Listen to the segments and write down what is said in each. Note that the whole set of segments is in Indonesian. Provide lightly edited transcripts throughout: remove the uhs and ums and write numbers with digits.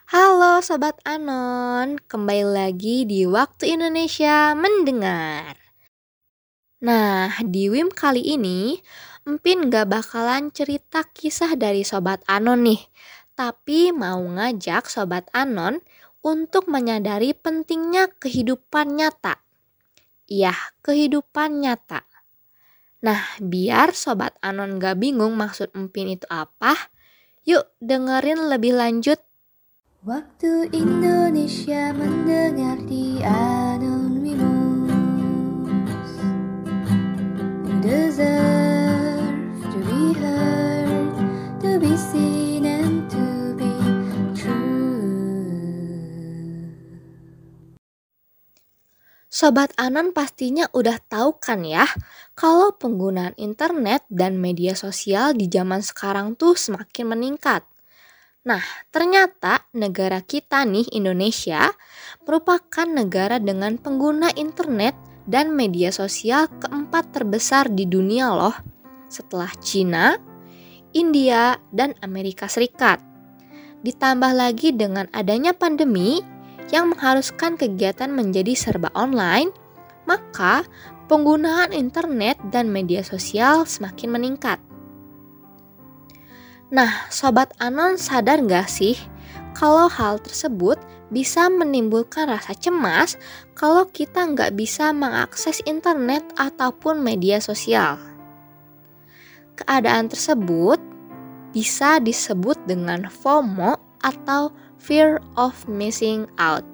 Halo Sobat Anon, kembali lagi di Waktu Indonesia Mendengar. Nah, di WIM kali ini, Empin gak bakalan cerita kisah dari Sobat Anon nih, tapi mau ngajak Sobat Anon untuk menyadari pentingnya kehidupan nyata. Iya, kehidupan nyata. Nah, biar Sobat Anon gak bingung maksud Empin itu apa, yuk dengerin lebih lanjut. Waktu Indonesia mendengar di Anonymous. You deserve to be heard, to be seen and to be true. Sobat Anon pastinya udah tahu kan ya, kalau penggunaan internet dan media sosial di zaman sekarang tuh semakin meningkat. Nah, ternyata negara kita nih, Indonesia, merupakan negara dengan pengguna internet dan media sosial keempat terbesar di dunia loh, setelah Cina, India, dan Amerika Serikat. Ditambah lagi dengan adanya pandemi yang mengharuskan kegiatan menjadi serba online, maka penggunaan internet dan media sosial semakin meningkat. Nah, Sobat Anon sadar gak sih kalau hal tersebut bisa menimbulkan rasa cemas kalau kita nggak bisa mengakses internet ataupun media sosial. Keadaan tersebut bisa disebut dengan FOMO atau Fear of Missing Out.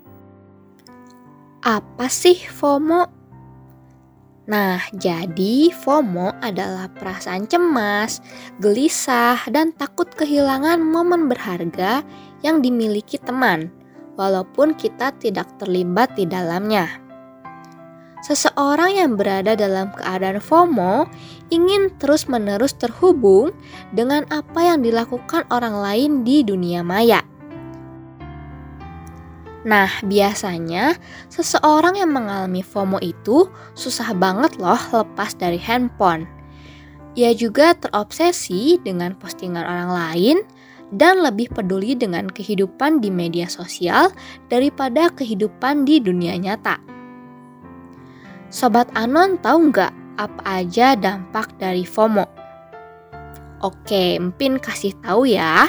Apa sih FOMO? Nah, jadi FOMO adalah perasaan cemas, gelisah, dan takut kehilangan momen berharga yang dimiliki teman, walaupun kita tidak terlibat di dalamnya. Seseorang yang berada dalam keadaan FOMO ingin terus-menerus terhubung dengan apa yang dilakukan orang lain di dunia maya. Nah, biasanya seseorang yang mengalami FOMO itu susah banget loh lepas dari handphone. Ia juga terobsesi dengan postingan orang lain dan lebih peduli dengan kehidupan di media sosial daripada kehidupan di dunia nyata. Sobat Anon tahu nggak apa aja dampak dari FOMO? Oke, Empin kasih tahu ya.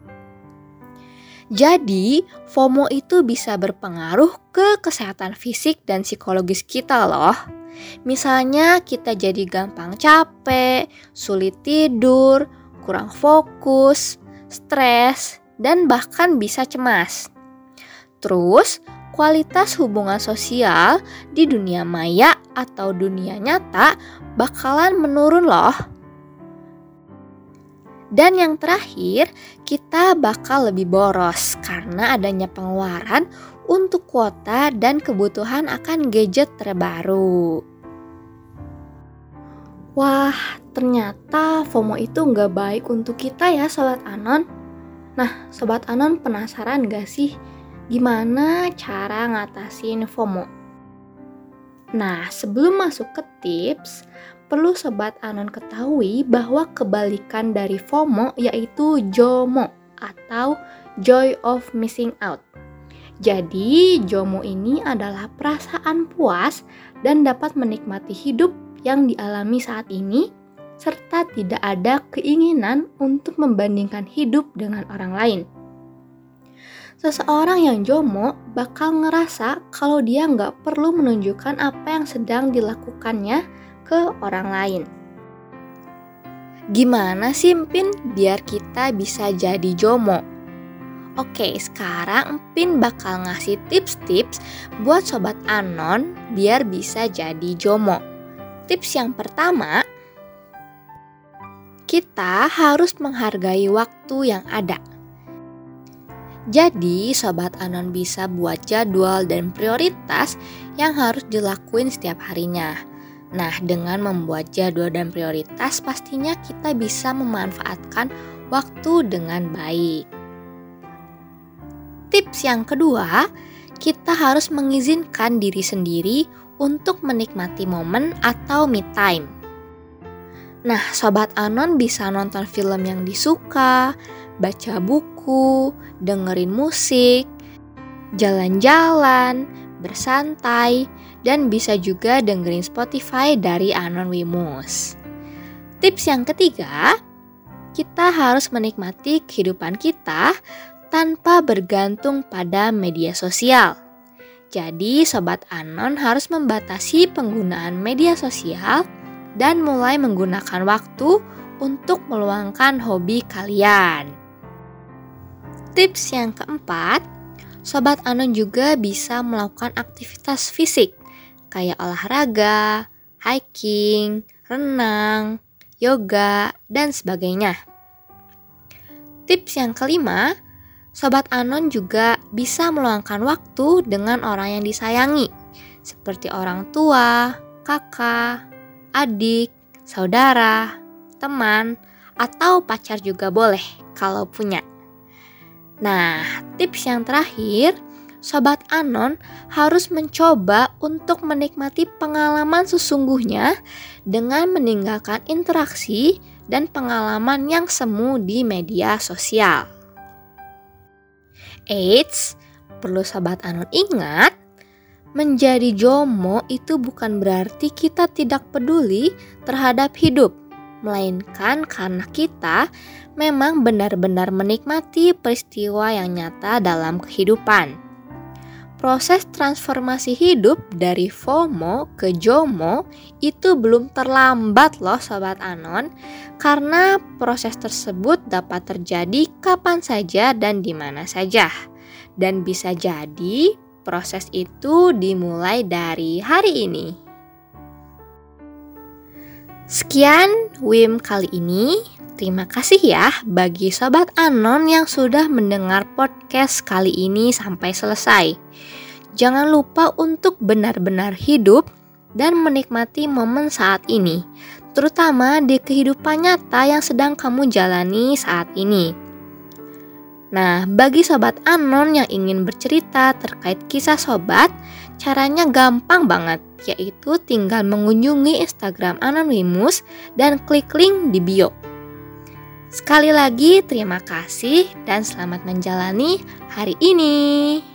Jadi, FOMO itu bisa berpengaruh ke kesehatan fisik dan psikologis kita loh. Misalnya kita jadi gampang capek, sulit tidur, kurang fokus, stres, dan bahkan bisa cemas. Terus, kualitas hubungan sosial di dunia maya atau dunia nyata bakalan menurun loh. Dan yang terakhir, kita bakal lebih boros karena adanya pengeluaran untuk kuota dan kebutuhan akan gadget terbaru. Wah, ternyata FOMO itu nggak baik untuk kita ya Sobat Anon. Nah, Sobat Anon penasaran gak sih gimana cara ngatasin FOMO? Nah, sebelum masuk ke tips, perlu Sobat Anon ketahui bahwa kebalikan dari FOMO yaitu JOMO atau Joy of Missing Out. Jadi, JOMO ini adalah perasaan puas dan dapat menikmati hidup yang dialami saat ini, serta tidak ada keinginan untuk membandingkan hidup dengan orang lain. Seseorang yang JOMO bakal ngerasa kalau dia nggak perlu menunjukkan apa yang sedang dilakukannya ke orang lain. Gimana sih Empin biar kita bisa jadi JOMO? Oke, sekarang Empin bakal ngasih tips-tips buat Sobat Anon biar bisa jadi JOMO. Tips yang pertama, kita harus menghargai waktu yang ada. Jadi, Sobat Anon bisa buat jadwal dan prioritas yang harus dilakuin setiap harinya. Nah, dengan membuat jadwal dan prioritas, pastinya kita bisa memanfaatkan waktu dengan baik. Tips yang kedua, kita harus mengizinkan diri sendiri untuk menikmati momen atau me time. Nah, Sobat Anon bisa nonton film yang disuka, baca buku, buku, dengerin musik, jalan-jalan, bersantai, dan bisa juga dengerin Spotify dari Anonymous. Tips yang ketiga, kita harus menikmati kehidupan kita tanpa bergantung pada media sosial. Jadi Sobat Anon harus membatasi penggunaan media sosial dan mulai menggunakan waktu untuk meluangkan hobi kalian. Tips yang keempat, Sobat Anon juga bisa melakukan aktivitas fisik kayak olahraga, hiking, renang, yoga, dan sebagainya. Tips yang kelima, Sobat Anon juga bisa meluangkan waktu dengan orang yang disayangi, seperti orang tua, kakak, adik, saudara, teman, atau pacar juga boleh kalau punya. Nah, tips yang terakhir, Sobat Anon harus mencoba untuk menikmati pengalaman sesungguhnya dengan meninggalkan interaksi dan pengalaman yang semu di media sosial. Eits, perlu Sobat Anon ingat, menjadi JOMO itu bukan berarti kita tidak peduli terhadap hidup, melainkan karena kita memang benar-benar menikmati peristiwa yang nyata dalam kehidupan. Proses transformasi hidup dari FOMO ke JOMO itu belum terlambat loh Sobat Anon, karena proses tersebut dapat terjadi kapan saja dan di mana saja. Dan bisa jadi proses itu dimulai dari hari ini. Sekian WIM kali ini. Terima kasih ya bagi Sobat Anon yang sudah mendengar podcast kali ini sampai selesai. Jangan lupa untuk benar-benar hidup dan menikmati momen saat ini, terutama di kehidupan nyata yang sedang kamu jalani saat ini. Nah, bagi Sobat Anon yang ingin bercerita terkait kisah sobat, caranya gampang banget, yaitu tinggal mengunjungi Instagram Anonymous dan klik link di bio. Sekali lagi terima kasih dan selamat menjalani hari ini.